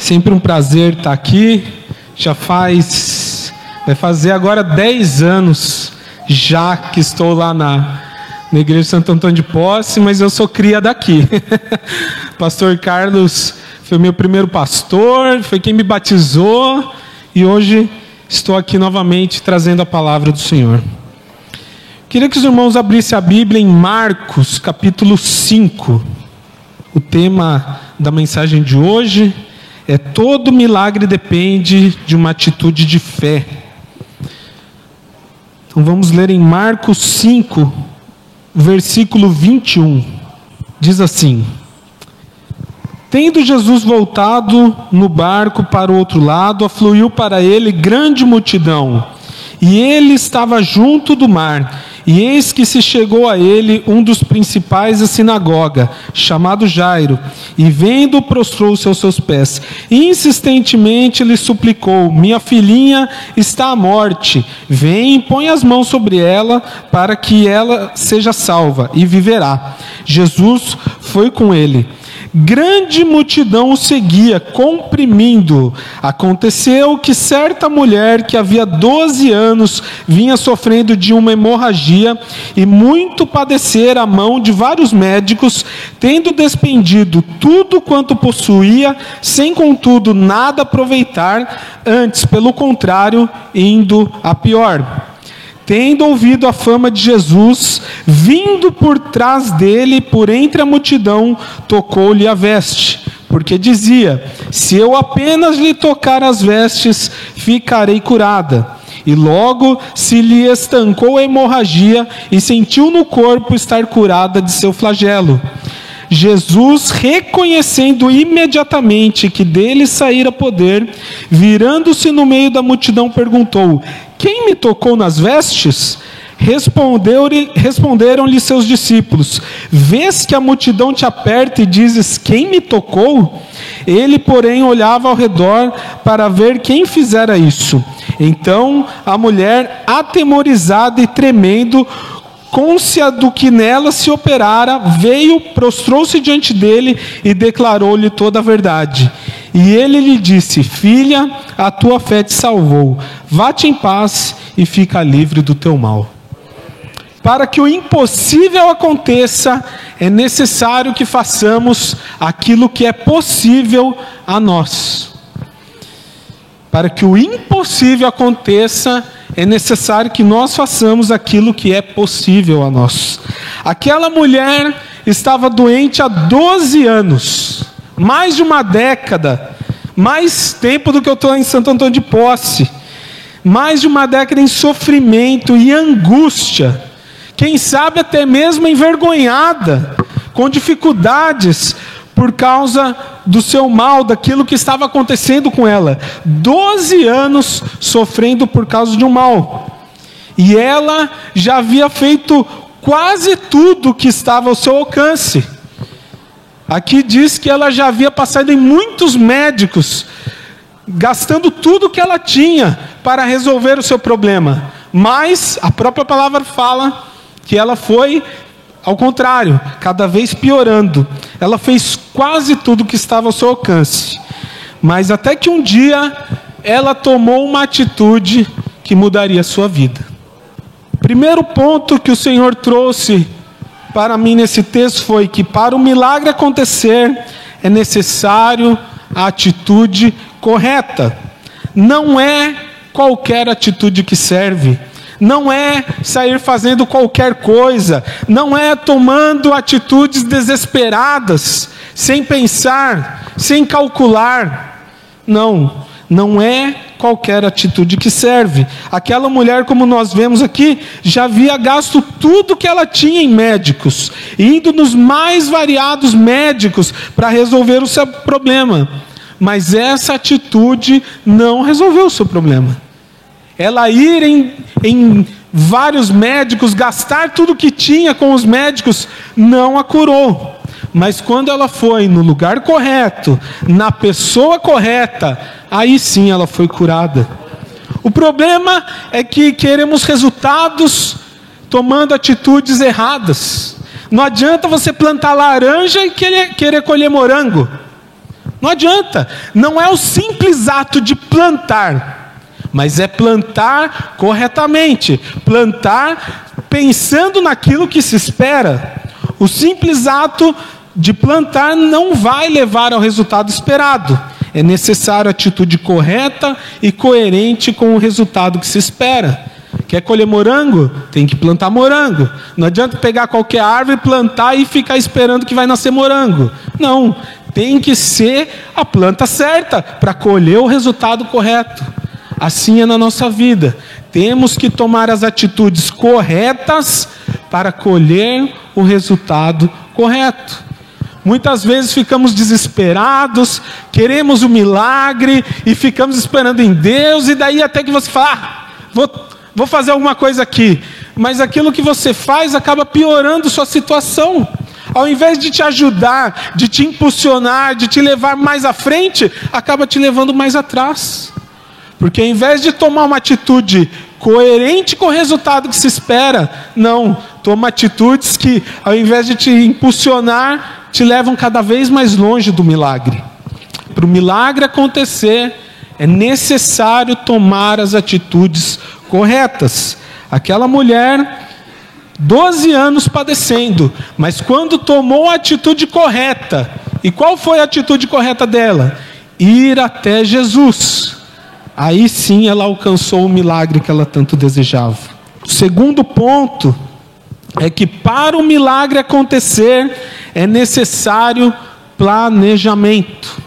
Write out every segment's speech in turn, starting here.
Sempre um prazer estar aqui. Vai fazer agora 10 anos já que estou lá na Igreja de Santo Antônio de Posse, mas eu sou cria daqui. Pastor Carlos foi meu primeiro pastor, foi quem me batizou, e hoje estou aqui novamente trazendo a palavra do Senhor. Queria que os irmãos abrissem a Bíblia em Marcos, capítulo 5. O tema da mensagem de hoje é: todo milagre depende de uma atitude de fé. Então vamos ler em Marcos 5, versículo 21. Diz assim: tendo Jesus voltado no barco para o outro lado, afluiu para ele grande multidão, e ele estava junto do mar. E eis que se chegou a ele um dos principais da sinagoga, chamado Jairo, e vendo, prostrou-se aos seus pés. E insistentemente lhe suplicou: minha filhinha está à morte, vem e põe as mãos sobre ela, para que ela seja salva, e viverá. Jesus foi com ele. Grande multidão o seguia, comprimindo. Aconteceu que certa mulher que havia 12 anos vinha sofrendo de uma hemorragia e muito padecera a mão de vários médicos, tendo despendido tudo quanto possuía, sem contudo nada aproveitar, antes, pelo contrário, indo a pior. Tendo ouvido a fama de Jesus, vindo por trás dele, por entre a multidão, tocou-lhe a veste, porque dizia: se eu apenas lhe tocar as vestes, ficarei curada. E logo se lhe estancou a hemorragia, e sentiu no corpo estar curada de seu flagelo. Jesus, reconhecendo imediatamente que dele saíra poder, virando-se no meio da multidão, perguntou: quem me tocou nas vestes? Responderam-lhe seus discípulos: vês que a multidão te aperta e dizes: quem me tocou? Ele, porém, olhava ao redor para ver quem fizera isso. Então a mulher, atemorizada e tremendo, cônscia do que nela se operara, veio, prostrou-se diante dele e declarou-lhe toda a verdade. E ele lhe disse: filha, a tua fé te salvou. Vá-te em paz e fica livre do teu mal. Para que o impossível aconteça, é necessário que façamos aquilo que é possível a nós. Para que o impossível aconteça, é necessário que nós façamos aquilo que é possível a nós. Aquela mulher estava doente há 12 anos, mais de uma década, mais tempo do que eu estou em Santo Antônio de Posse, mais de uma década em sofrimento e angústia, quem sabe até mesmo envergonhada, com dificuldades, por causa do seu mal, daquilo que estava acontecendo com ela. 12 anos sofrendo por causa de um mal. E ela já havia feito quase tudo que estava ao seu alcance. Aqui diz que ela já havia passado em muitos médicos, gastando tudo que ela tinha para resolver o seu problema. Mas a própria palavra fala que ela foi ao contrário, cada vez piorando. Ela fez quase tudo que estava ao seu alcance. Mas até que um dia, ela tomou uma atitude que mudaria a sua vida. O primeiro ponto que o Senhor trouxe para mim nesse texto foi que para o milagre acontecer, é necessário a atitude correta. Não é qualquer atitude que serve. Não é sair fazendo qualquer coisa, não é tomando atitudes desesperadas, sem pensar, sem calcular. Não é qualquer atitude que serve. Aquela mulher, como nós vemos aqui, já havia gasto tudo que ela tinha em médicos, indo nos mais variados médicos para resolver o seu problema. Mas essa atitude não resolveu o seu problema. Ela ir em vários médicos, gastar tudo que tinha com os médicos, não a curou. Mas quando ela foi no lugar correto, na pessoa correta, aí sim ela foi curada. O problema é que queremos resultados tomando atitudes erradas. Não adianta você plantar laranja e querer colher morango. Não adianta. Não é o simples ato de plantar, mas é plantar corretamente. Plantar pensando naquilo que se espera. O simples ato de plantar não vai levar ao resultado esperado. É necessário atitude correta e coerente com o resultado que se espera. Quer colher morango? Tem que plantar morango. Não adianta pegar qualquer árvore, plantar e ficar esperando que vai nascer morango. Não, tem que ser a planta certa para colher o resultado correto. Assim é na nossa vida. Temos que tomar as atitudes corretas para colher o resultado correto. Muitas vezes ficamos desesperados, queremos um milagre e ficamos esperando em Deus, e daí até que você fala, vou fazer alguma coisa aqui, mas aquilo que você faz acaba piorando sua situação. Ao invés de te ajudar, de te impulsionar, de te levar mais à frente, acaba te levando mais atrás. Porque ao invés de tomar uma atitude coerente com o resultado que se espera, não, toma atitudes que ao invés de te impulsionar, te levam cada vez mais longe do milagre. Para o milagre acontecer, é necessário tomar as atitudes corretas. Aquela mulher, 12 anos padecendo, mas quando tomou a atitude correta, e qual foi a atitude correta dela? Ir até Jesus. Aí sim ela alcançou o milagre que ela tanto desejava. O segundo ponto é que para o milagre acontecer, é necessário planejamento.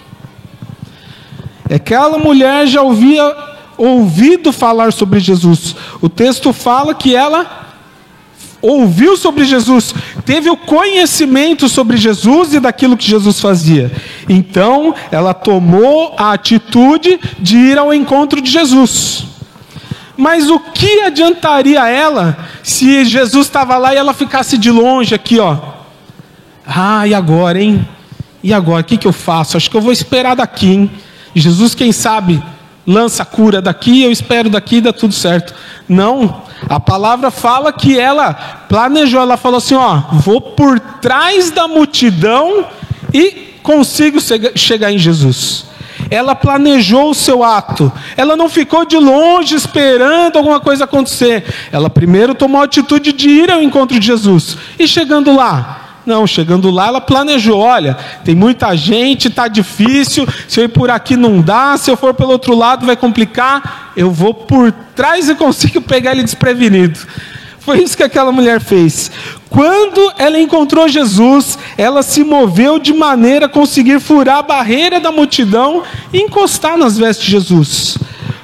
Aquela mulher já havia ouvido falar sobre Jesus. O texto fala que ela ouviu sobre Jesus, teve o conhecimento sobre Jesus e daquilo que Jesus fazia. Então, ela tomou a atitude de ir ao encontro de Jesus. Mas o que adiantaria ela se Jesus estava lá e ela ficasse de longe aqui, ó? Ah, e agora, hein? E agora, o que eu faço? Acho que eu vou esperar daqui, hein? Jesus, quem sabe, lança a cura daqui, eu espero daqui e dá tudo certo. Não, a palavra fala que ela planejou, ela falou assim, ó, vou por trás da multidão e consigo chegar em Jesus. Ela planejou o seu ato, ela não ficou de longe esperando alguma coisa acontecer. Ela primeiro tomou a atitude de ir ao encontro de Jesus, e chegando lá, ela planejou, olha, tem muita gente, está difícil, se eu ir por aqui não dá, se eu for pelo outro lado vai complicar, eu vou por trás e consigo pegar ele desprevenido. Foi isso que aquela mulher fez. Quando ela encontrou Jesus, ela se moveu de maneira a conseguir furar a barreira da multidão e encostar nas vestes de Jesus.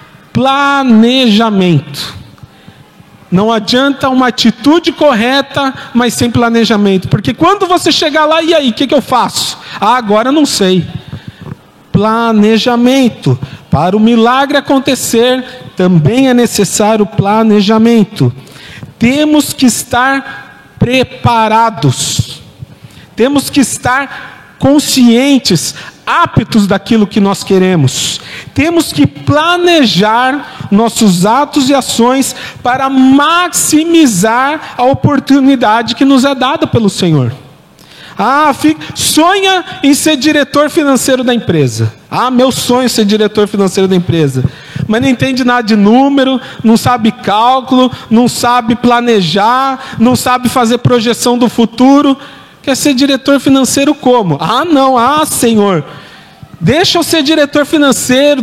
Planejamento. Não adianta uma atitude correta, mas sem planejamento. Porque quando você chegar lá, e aí, o que eu faço? Ah, agora não sei. Planejamento. Para o milagre acontecer, também é necessário planejamento. Temos que estar preparados. Temos que estar conscientes, aptos daquilo que nós queremos. Temos que planejar nossos atos e ações para maximizar a oportunidade que nos é dada pelo Senhor. Sonha em ser diretor financeiro da empresa. Meu sonho é ser diretor financeiro da empresa. Mas não entende nada de número, não sabe cálculo, não sabe planejar, não sabe fazer projeção do futuro. Quer ser diretor financeiro como? Senhor, deixa eu ser diretor financeiro,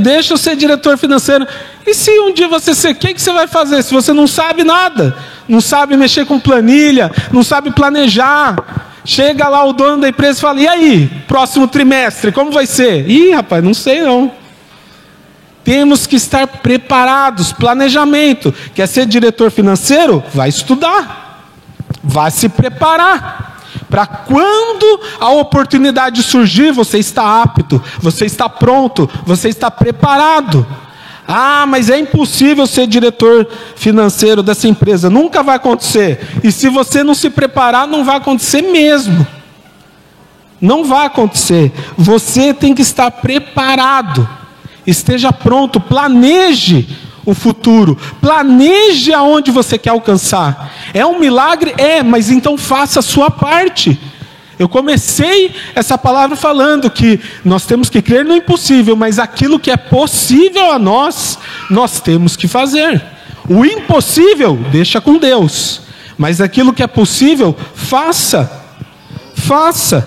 E se um dia você ser, o que você vai fazer? Se você não sabe nada, não sabe mexer com planilha, não sabe planejar. Chega lá o dono da empresa e fala, e aí, próximo trimestre, como vai ser? Rapaz, não sei não. Temos que estar preparados, planejamento. Quer ser diretor financeiro? Vai estudar, vai se preparar. Para quando a oportunidade surgir, você está apto, você está pronto, você está preparado. Mas é impossível ser diretor financeiro dessa empresa, nunca vai acontecer. E se você não se preparar, não vai acontecer mesmo. Não vai acontecer. Você tem que estar preparado. Esteja pronto, planeje o futuro, planeje aonde você quer alcançar. É um milagre? Mas então faça a sua parte. Eu comecei essa palavra falando que nós temos que crer no impossível, mas aquilo que é possível a nós, nós temos que fazer. O impossível, deixa com Deus. Mas aquilo que é possível, faça. Faça.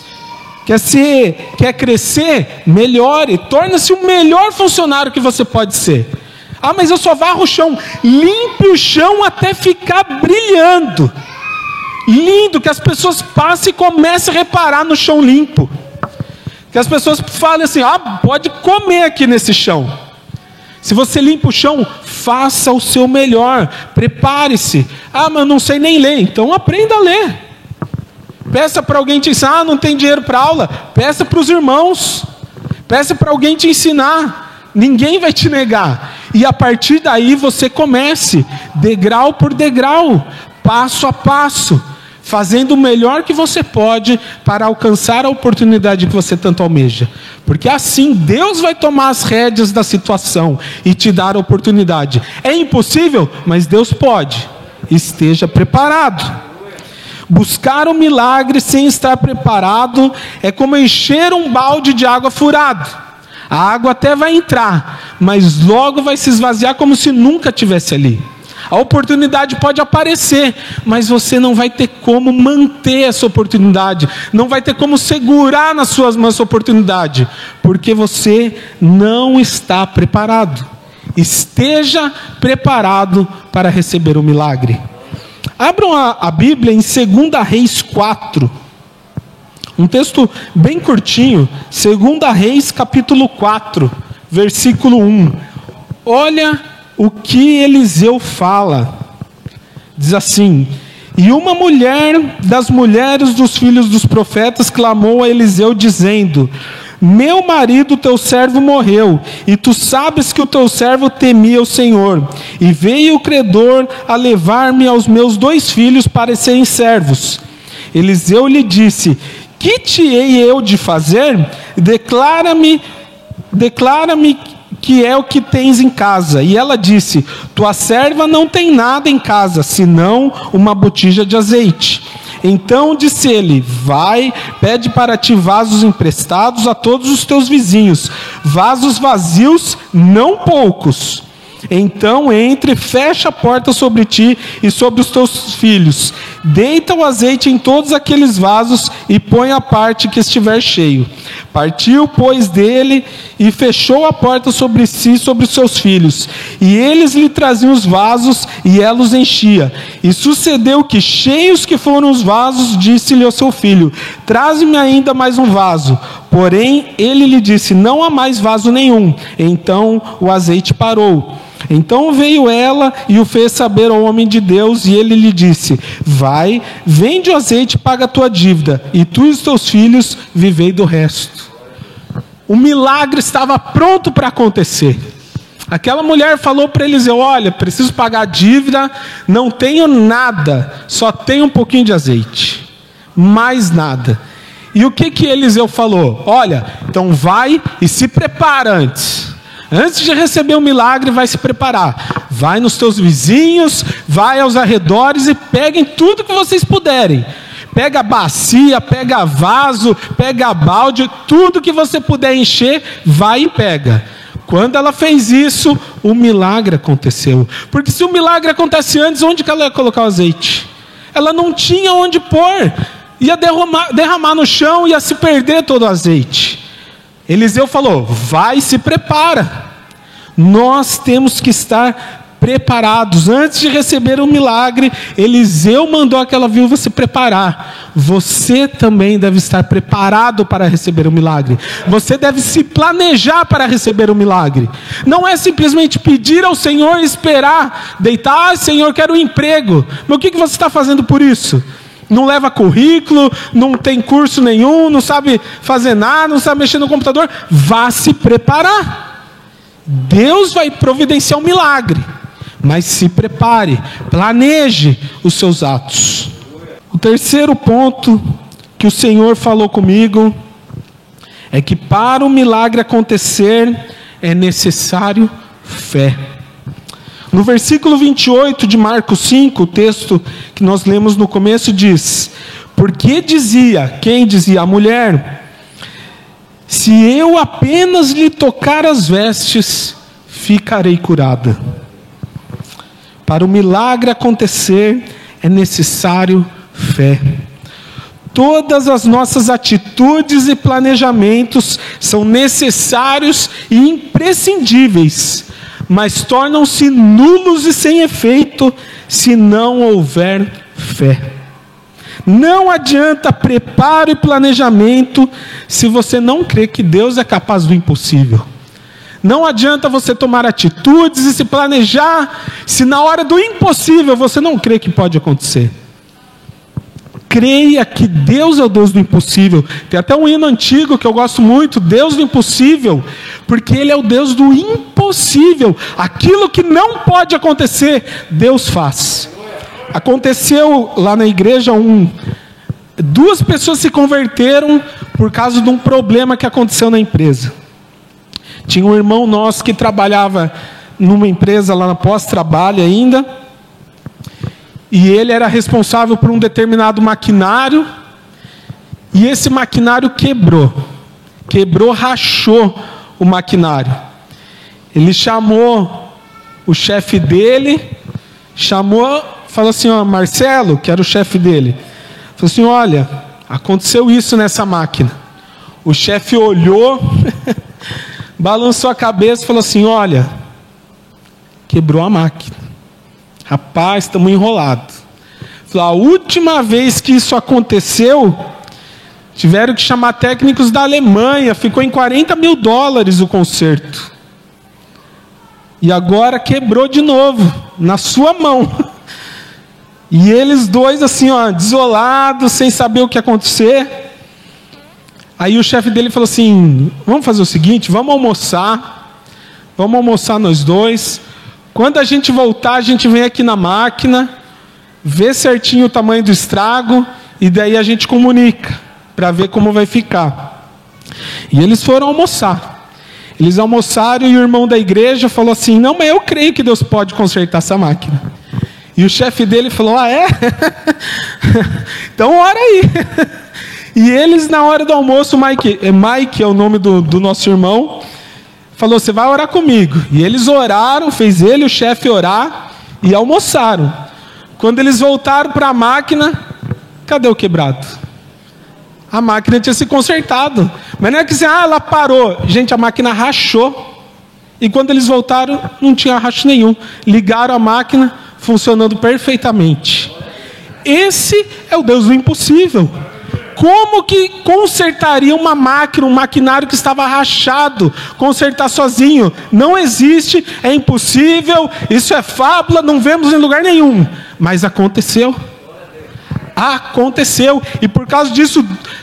Quer crescer? Melhore. Torne-se o melhor funcionário que você pode ser. Ah, mas eu só varro o chão. Limpe o chão até ficar brilhando. Lindo, que as pessoas passem e comecem a reparar no chão limpo. Que as pessoas falem assim, pode comer aqui nesse chão. Se você limpa o chão, faça o seu melhor. Prepare-se. Mas eu não sei nem ler. Então aprenda a ler. Peça para alguém te ensinar. Não tem dinheiro para aula? Peça para os irmãos. Peça para alguém te ensinar. Ninguém vai te negar. E a partir daí você comece, degrau por degrau, passo a passo, fazendo o melhor que você pode para alcançar a oportunidade que você tanto almeja. Porque assim Deus vai tomar as rédeas da situação e te dar a oportunidade. É impossível, mas Deus pode. Esteja preparado. Buscar um milagre sem estar preparado é como encher um balde de água furado. A água até vai entrar, mas logo vai se esvaziar como se nunca tivesse ali. A oportunidade pode aparecer, mas você não vai ter como manter essa oportunidade. Não vai ter como segurar nas suas mãos essa oportunidade. Porque você não está preparado. Esteja preparado para receber o milagre. Abram a Bíblia em 2 Reis 4. Um texto bem curtinho. 2 Reis capítulo 4, versículo 1. Olha o que Eliseu fala. Diz assim: e uma mulher das mulheres dos filhos dos profetas clamou a Eliseu dizendo: meu marido, teu servo, morreu, e tu sabes que o teu servo temia o Senhor. E veio o credor a levar-me aos meus 2 filhos para serem servos. Eliseu lhe disse: que te hei eu de fazer? Declara-me que é o que tens em casa. E ela disse: tua serva não tem nada em casa, senão uma botija de azeite. Então disse ele: vai, pede para ti vasos emprestados a todos os teus vizinhos, vasos vazios, não poucos. Então entre, fecha a porta sobre ti e sobre os teus filhos. Deita o azeite em todos aqueles vasos e põe a parte que estiver cheio. Partiu, pois, dele e fechou a porta sobre si e sobre os seus filhos. E eles lhe traziam os vasos e ela os enchia. E sucedeu que, cheios que foram os vasos, disse-lhe ao seu filho: traze-me ainda mais um vaso. Porém, ele lhe disse: não há mais vaso nenhum. Então o azeite parou. Então veio ela e o fez saber ao homem de Deus, e ele lhe disse: vai, vende o azeite e paga a tua dívida, e tu e os teus filhos vivei do resto. O milagre estava pronto para acontecer. Aquela mulher falou para Eliseu: olha, preciso pagar a dívida, não tenho nada, só tenho um pouquinho de azeite, mais nada. E o que Eliseu falou? Olha, então vai e se prepara antes. Antes de receber o milagre, vai se preparar. Vai nos teus vizinhos, vai aos arredores e peguem tudo que vocês puderem. Pega bacia, pega vaso, pega balde, tudo que você puder encher, vai e pega. Quando ela fez isso, o milagre aconteceu. Porque se o milagre acontece antes, onde que ela ia colocar o azeite? Ela não tinha onde pôr. Ia derramar no chão, ia se perder todo o azeite. Eliseu falou: vai, se prepara. Nós temos que estar preparados. Antes de receber o milagre, Eliseu mandou aquela viúva se preparar. Você também deve estar preparado para receber o milagre. Você deve se planejar para receber o milagre. Não é simplesmente pedir ao Senhor e esperar, deitar: Senhor, quero um emprego. Mas o que você está fazendo por isso? Não leva currículo, não tem curso nenhum, não sabe fazer nada, não sabe mexer no computador. Vá se preparar. Deus vai providenciar um milagre, mas se prepare, planeje os seus atos. O terceiro ponto que o Senhor falou comigo é que para o milagre acontecer é necessário fé. No versículo 28 de Marcos 5, o texto que nós lemos no começo diz: Porque dizia, quem dizia? A mulher: se eu apenas lhe tocar as vestes, ficarei curada. Para o milagre acontecer, é necessário fé. Todas as nossas atitudes e planejamentos são necessários e imprescindíveis, mas tornam-se nulos e sem efeito se não houver fé. Não adianta preparo e planejamento se você não crê que Deus é capaz do impossível. Não adianta você tomar atitudes e se planejar se na hora do impossível você não crê que pode acontecer. Creia que Deus é o Deus do impossível. Tem até um hino antigo que eu gosto muito, Deus do impossível, porque Ele é o Deus do impossível. Aquilo que não pode acontecer, Deus faz. Aconteceu lá na igreja, duas pessoas se converteram por causa de um problema que aconteceu na empresa. Tinha um irmão nosso que trabalhava numa empresa lá na pós-trabalho ainda, e ele era responsável por um determinado maquinário, e esse maquinário quebrou, rachou o maquinário. Ele chamou o chefe dele, falou assim: ó, Marcelo, que era o chefe dele, falou assim: olha, aconteceu isso nessa máquina. O chefe olhou, balançou a cabeça e falou assim: olha, quebrou a máquina. Rapaz, estamos enrolados. Falou: a última vez que isso aconteceu, tiveram que chamar técnicos da Alemanha, ficou em $40 mil o conserto. E agora quebrou de novo, na sua mão. E eles dois assim, ó, desolados, sem saber o que ia acontecer. Aí o chefe dele falou assim: vamos fazer o seguinte, vamos almoçar nós dois. Quando a gente voltar, a gente vem aqui na máquina, vê certinho o tamanho do estrago, e daí a gente comunica, para ver como vai ficar. E eles foram almoçar. Eles almoçaram e o irmão da igreja falou assim: não, mas eu creio que Deus pode consertar essa máquina. E o chefe dele falou: ah, é? Então ora aí. E eles, na hora do almoço, Mike é o nome do nosso irmão, falou: você vai orar comigo. E eles oraram, fez ele e o chefe orar, e almoçaram. Quando eles voltaram para a máquina, cadê o quebrado? A máquina tinha se consertado. Mas não é que assim, ela parou. Gente, a máquina rachou. E quando eles voltaram, não tinha racho nenhum. Ligaram a máquina, funcionando perfeitamente. Esse é o Deus do impossível. Como que consertaria uma máquina, um maquinário que estava rachado, consertar sozinho? Não existe, é impossível, isso é fábula, não vemos em lugar nenhum. Mas aconteceu. Aconteceu. E por causa disso,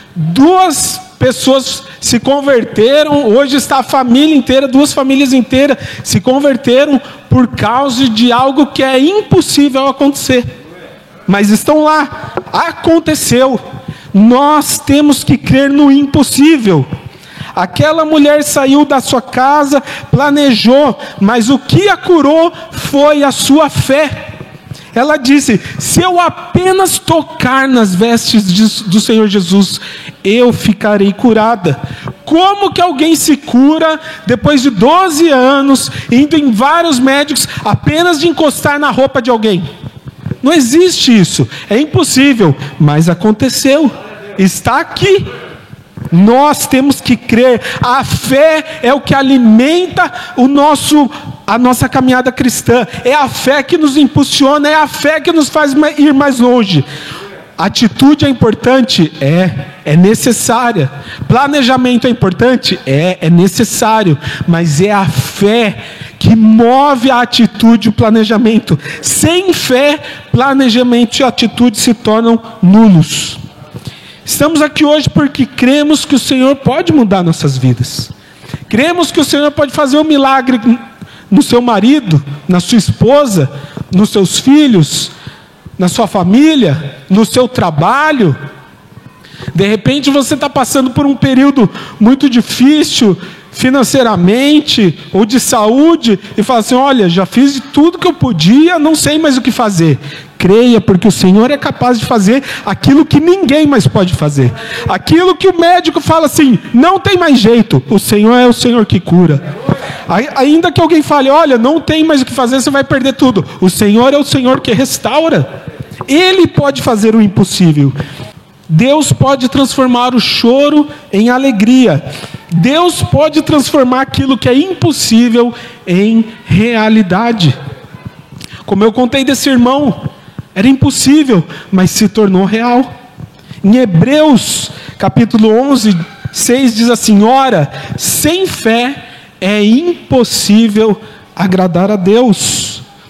2 pessoas se converteram. Hoje está a família inteira, 2 famílias inteiras se converteram por causa de algo que é impossível acontecer. Mas estão lá. Aconteceu. Nós temos que crer no impossível. Aquela mulher saiu da sua casa, planejou, mas o que a curou foi a sua fé. Ela disse: se eu apenas tocar nas vestes do Senhor Jesus, eu ficarei curada. Como que alguém se cura depois de 12 anos, indo em vários médicos, apenas de encostar na roupa de alguém? Não existe isso, é impossível, mas aconteceu, está aqui. Nós temos que crer. A fé é o que alimenta a nossa caminhada cristã. É a fé que nos impulsiona, é a fé que nos faz ir mais longe. Atitude é importante? É necessária. Planejamento é importante? É necessário. Mas é a fé que move a atitude e o planejamento. Sem fé, planejamento e atitude se tornam nulos. Estamos aqui hoje porque cremos que o Senhor pode mudar nossas vidas. Cremos que o Senhor pode fazer um milagre no seu marido, na sua esposa, nos seus filhos, na sua família, no seu trabalho. De repente você está passando por um período muito difícil financeiramente ou de saúde e fala assim: olha, já fiz de tudo que eu podia, não sei mais o que fazer. Creia, porque o Senhor é capaz de fazer aquilo que ninguém mais pode fazer. Aquilo que o médico fala assim: não tem mais jeito, o Senhor é o Senhor que cura. Ainda que alguém fale: olha, não tem mais o que fazer, você vai perder tudo, o Senhor é o Senhor que restaura. Ele pode fazer o impossível. Deus pode transformar o choro em alegria. Deus pode transformar aquilo que é impossível em realidade. Como eu contei desse irmão, era impossível, mas se tornou real. Em Hebreus, capítulo 11, 6 diz assim: ora, sem fé é impossível agradar a Deus.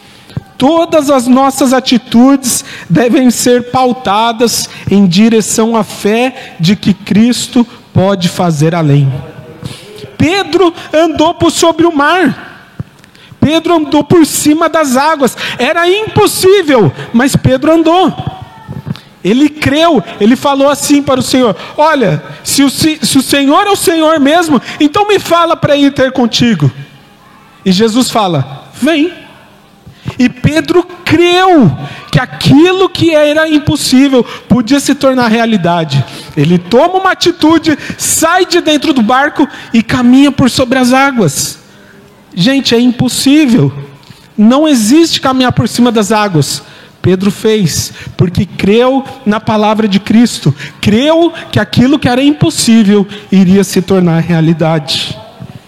Todas as nossas atitudes devem ser pautadas em direção à fé de que Cristo pode fazer além. Pedro andou por sobre o mar. Pedro andou por cima das águas. Era impossível, mas Pedro andou. Ele creu, ele falou assim para o Senhor: olha, se o Senhor é o Senhor mesmo, então me fala para ir ter contigo. E Jesus fala: vem. E Pedro creu que aquilo que era impossível podia se tornar realidade. Ele toma uma atitude, sai de dentro do barco e caminha por sobre as águas. Gente, é impossível. Não existe caminhar por cima das águas. Pedro fez, porque creu na palavra de Cristo. Creu que aquilo que era impossível iria se tornar realidade.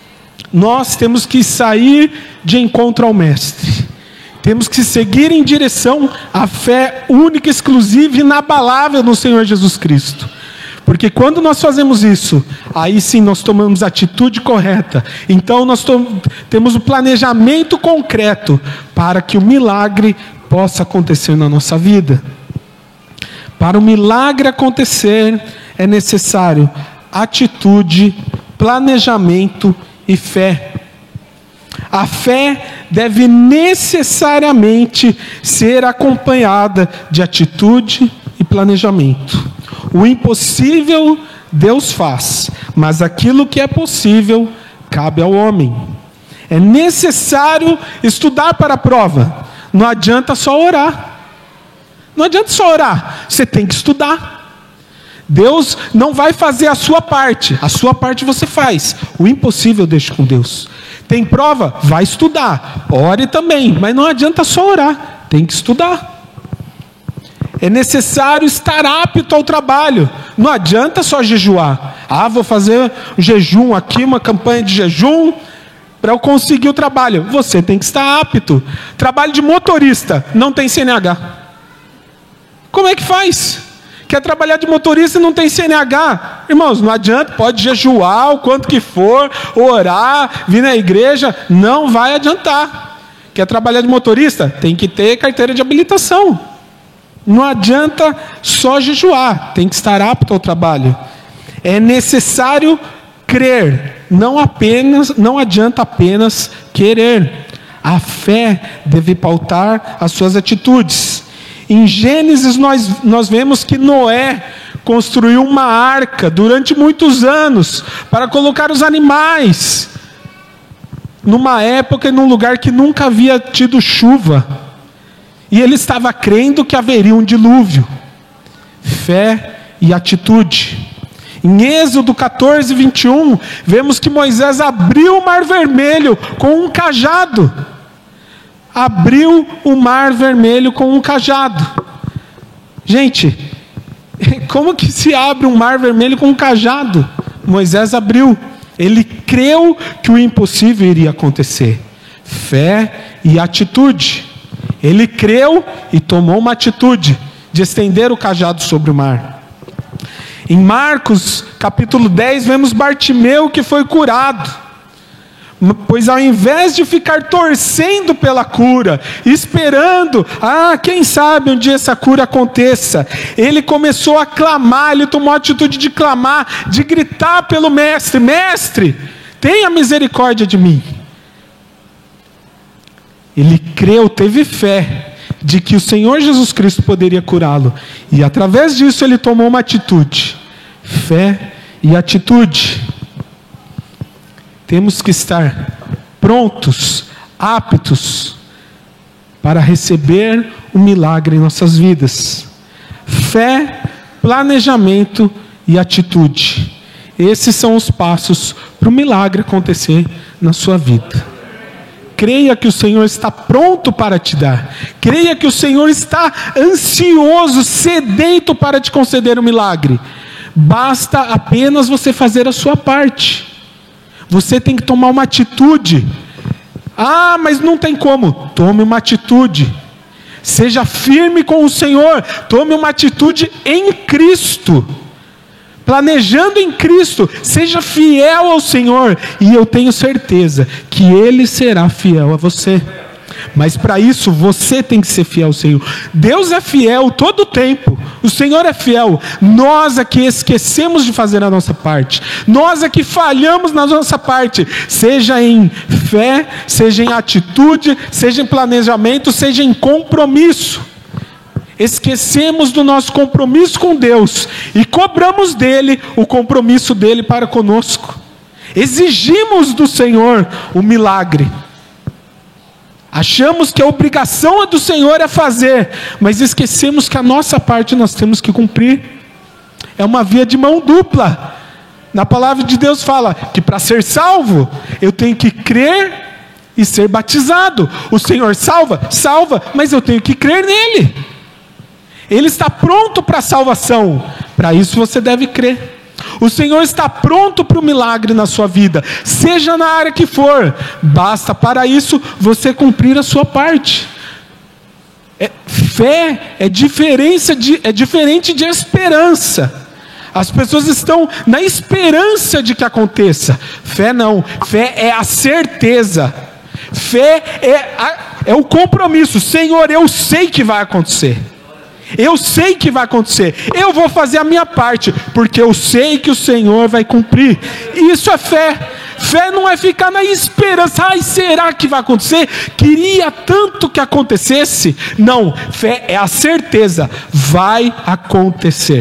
Nós temos que sair de encontro ao Mestre. Temos que seguir em direção à fé única, exclusiva e inabalável no Senhor Jesus Cristo. Porque quando nós fazemos isso, aí sim nós tomamos a atitude correta. Então nós temos o planejamento concreto para que o milagre possa acontecer na nossa vida. Para o milagre acontecer, é necessário atitude, planejamento e fé. A fé deve necessariamente ser acompanhada de atitude e planejamento. O impossível Deus faz, mas aquilo que é possível cabe ao homem. É necessário estudar para a prova. Não adianta só orar. Não adianta só orar. Você tem que estudar. Deus não vai fazer a sua parte. A sua parte você faz. O impossível deixa com Deus. Tem prova? Vai estudar. Ore também, mas não adianta só orar. Tem que estudar. É necessário estar apto ao trabalho. Não adianta só jejuar. Vou fazer um jejum aqui, uma campanha de jejum para eu conseguir o trabalho. Você tem que estar apto. Trabalho de motorista, não tem CNH. Como é que faz? Quer trabalhar de motorista e não tem CNH? Irmãos, não adianta, pode jejuar o quanto que for, orar, vir na igreja, não vai adiantar. Quer trabalhar de motorista? Tem que ter carteira de habilitação. Não adianta só jejuar, tem que estar apto ao trabalho. É necessário crer, não adianta apenas querer. A fé deve pautar as suas atitudes. Em Gênesis nós vemos que Noé construiu uma arca durante muitos anos para colocar os animais numa época e num lugar que nunca havia tido chuva. E ele estava crendo que haveria um dilúvio. Fé e atitude. Em Êxodo 14, 21, vemos que Moisés abriu o mar vermelho com um cajado. Abriu o mar vermelho com um cajado. Gente, como que se abre um mar vermelho com um cajado? Moisés abriu. Ele creu que o impossível iria acontecer. Fé e atitude. Ele creu e tomou uma atitude de estender o cajado sobre o mar. Em Marcos capítulo 10, vemos Bartimeu que foi curado. Pois ao invés de ficar torcendo pela cura, esperando, quem sabe um dia essa cura aconteça, ele começou a clamar, ele tomou a atitude de clamar, de gritar pelo Mestre: Mestre, tenha misericórdia de mim. Ele creu, teve fé de que o Senhor Jesus Cristo poderia curá-lo, e através disso ele tomou uma atitude. Fé e atitude. temos que estar prontos, aptos para receber o milagre em nossas vidas. Fé, planejamento e atitude. Esses são os passos para o milagre acontecer na sua vida. Creia que o Senhor está pronto para te dar. Creia que o Senhor está ansioso, sedento para te conceder o milagre. Basta apenas você fazer a sua parte. Você tem que tomar uma atitude. Ah, mas não tem como. Tome uma atitude. Seja firme com o Senhor. Tome uma atitude em Cristo. Planejando em Cristo. Seja fiel ao Senhor. E eu tenho certeza que Ele será fiel a você. Mas para isso você tem que ser fiel ao Senhor. Deus é fiel todo o tempo. O Senhor é fiel. Nós é que esquecemos de fazer a nossa parte. Nós é que falhamos na nossa parte. Seja em fé, seja em atitude, seja em planejamento, seja em compromisso. Esquecemos do nosso compromisso com Deus e cobramos dele o compromisso dele para conosco. Exigimos do Senhor o milagre. Achamos que a obrigação do Senhor é fazer, mas esquecemos que a nossa parte nós temos que cumprir. É uma via de mão dupla. Na palavra de Deus fala que para ser salvo, eu tenho que crer e ser batizado. O Senhor salva, mas eu tenho que crer nele. Ele está pronto para a salvação. Para isso você deve crer. O Senhor está pronto para o milagre na sua vida, seja na área que for. Basta para isso você cumprir a sua parte. Fé é diferente de esperança. As pessoas estão na esperança de que aconteça. Fé não. Fé é a certeza. Fé é o compromisso. Senhor, eu sei que vai acontecer. Eu sei que vai acontecer. Eu vou fazer a minha parte, porque eu sei que o Senhor vai cumprir. Isso é fé. Fé não é ficar na esperança. Ai, será que vai acontecer? Queria tanto que acontecesse. Não, fé é a certeza. Vai acontecer.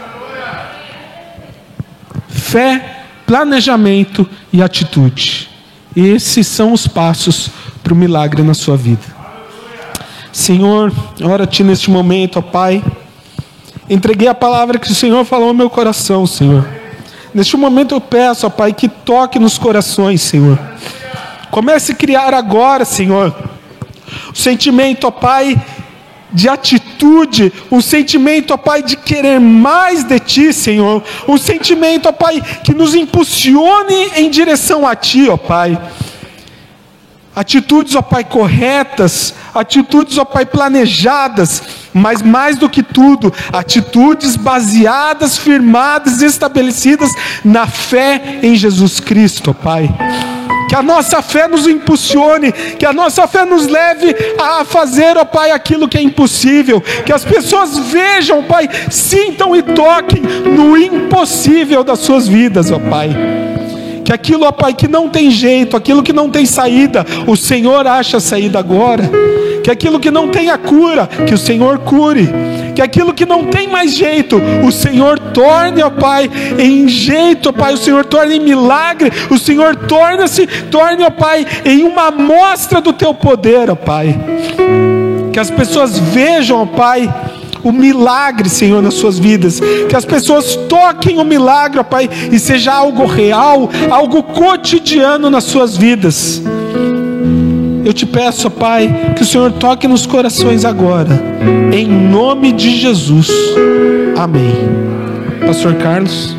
Fé, planejamento e atitude. Esses são os passos para o milagre na sua vida. Senhor, oro a Ti neste momento, ó Pai. Entreguei a palavra que o Senhor falou ao meu coração, Senhor. Neste momento eu peço, ó Pai, que toque nos corações, Senhor. Comece a criar agora, Senhor, o sentimento, ó Pai, de atitude, um sentimento, ó Pai, de querer mais de Ti, Senhor. Um sentimento, ó Pai, que nos impulsione em direção a Ti, ó Pai. Atitudes, ó Pai, corretas, atitudes, ó Pai, planejadas, mas mais do que tudo, atitudes baseadas, firmadas, estabelecidas na fé em Jesus Cristo, ó Pai. Que a nossa fé nos impulsione, que a nossa fé nos leve a fazer, ó Pai, aquilo que é impossível. Que as pessoas vejam, Pai, sintam e toquem no impossível das suas vidas, ó Pai. Que aquilo, ó Pai, que não tem jeito, aquilo que não tem saída, o Senhor acha saída agora. Que aquilo que não tem a cura, que o Senhor cure. Que aquilo que não tem mais jeito, o Senhor torne, ó Pai, em jeito, ó Pai, o Senhor torne em milagre, o Senhor torne, ó Pai, em uma amostra do Teu poder, ó Pai. Que as pessoas vejam, ó Pai, o milagre, Senhor, nas suas vidas. Que as pessoas toquem o milagre, ó Pai, e seja algo real, algo cotidiano nas suas vidas. Eu te peço, ó Pai, que o Senhor toque nos corações agora, em nome de Jesus. Amém. Pastor Carlos.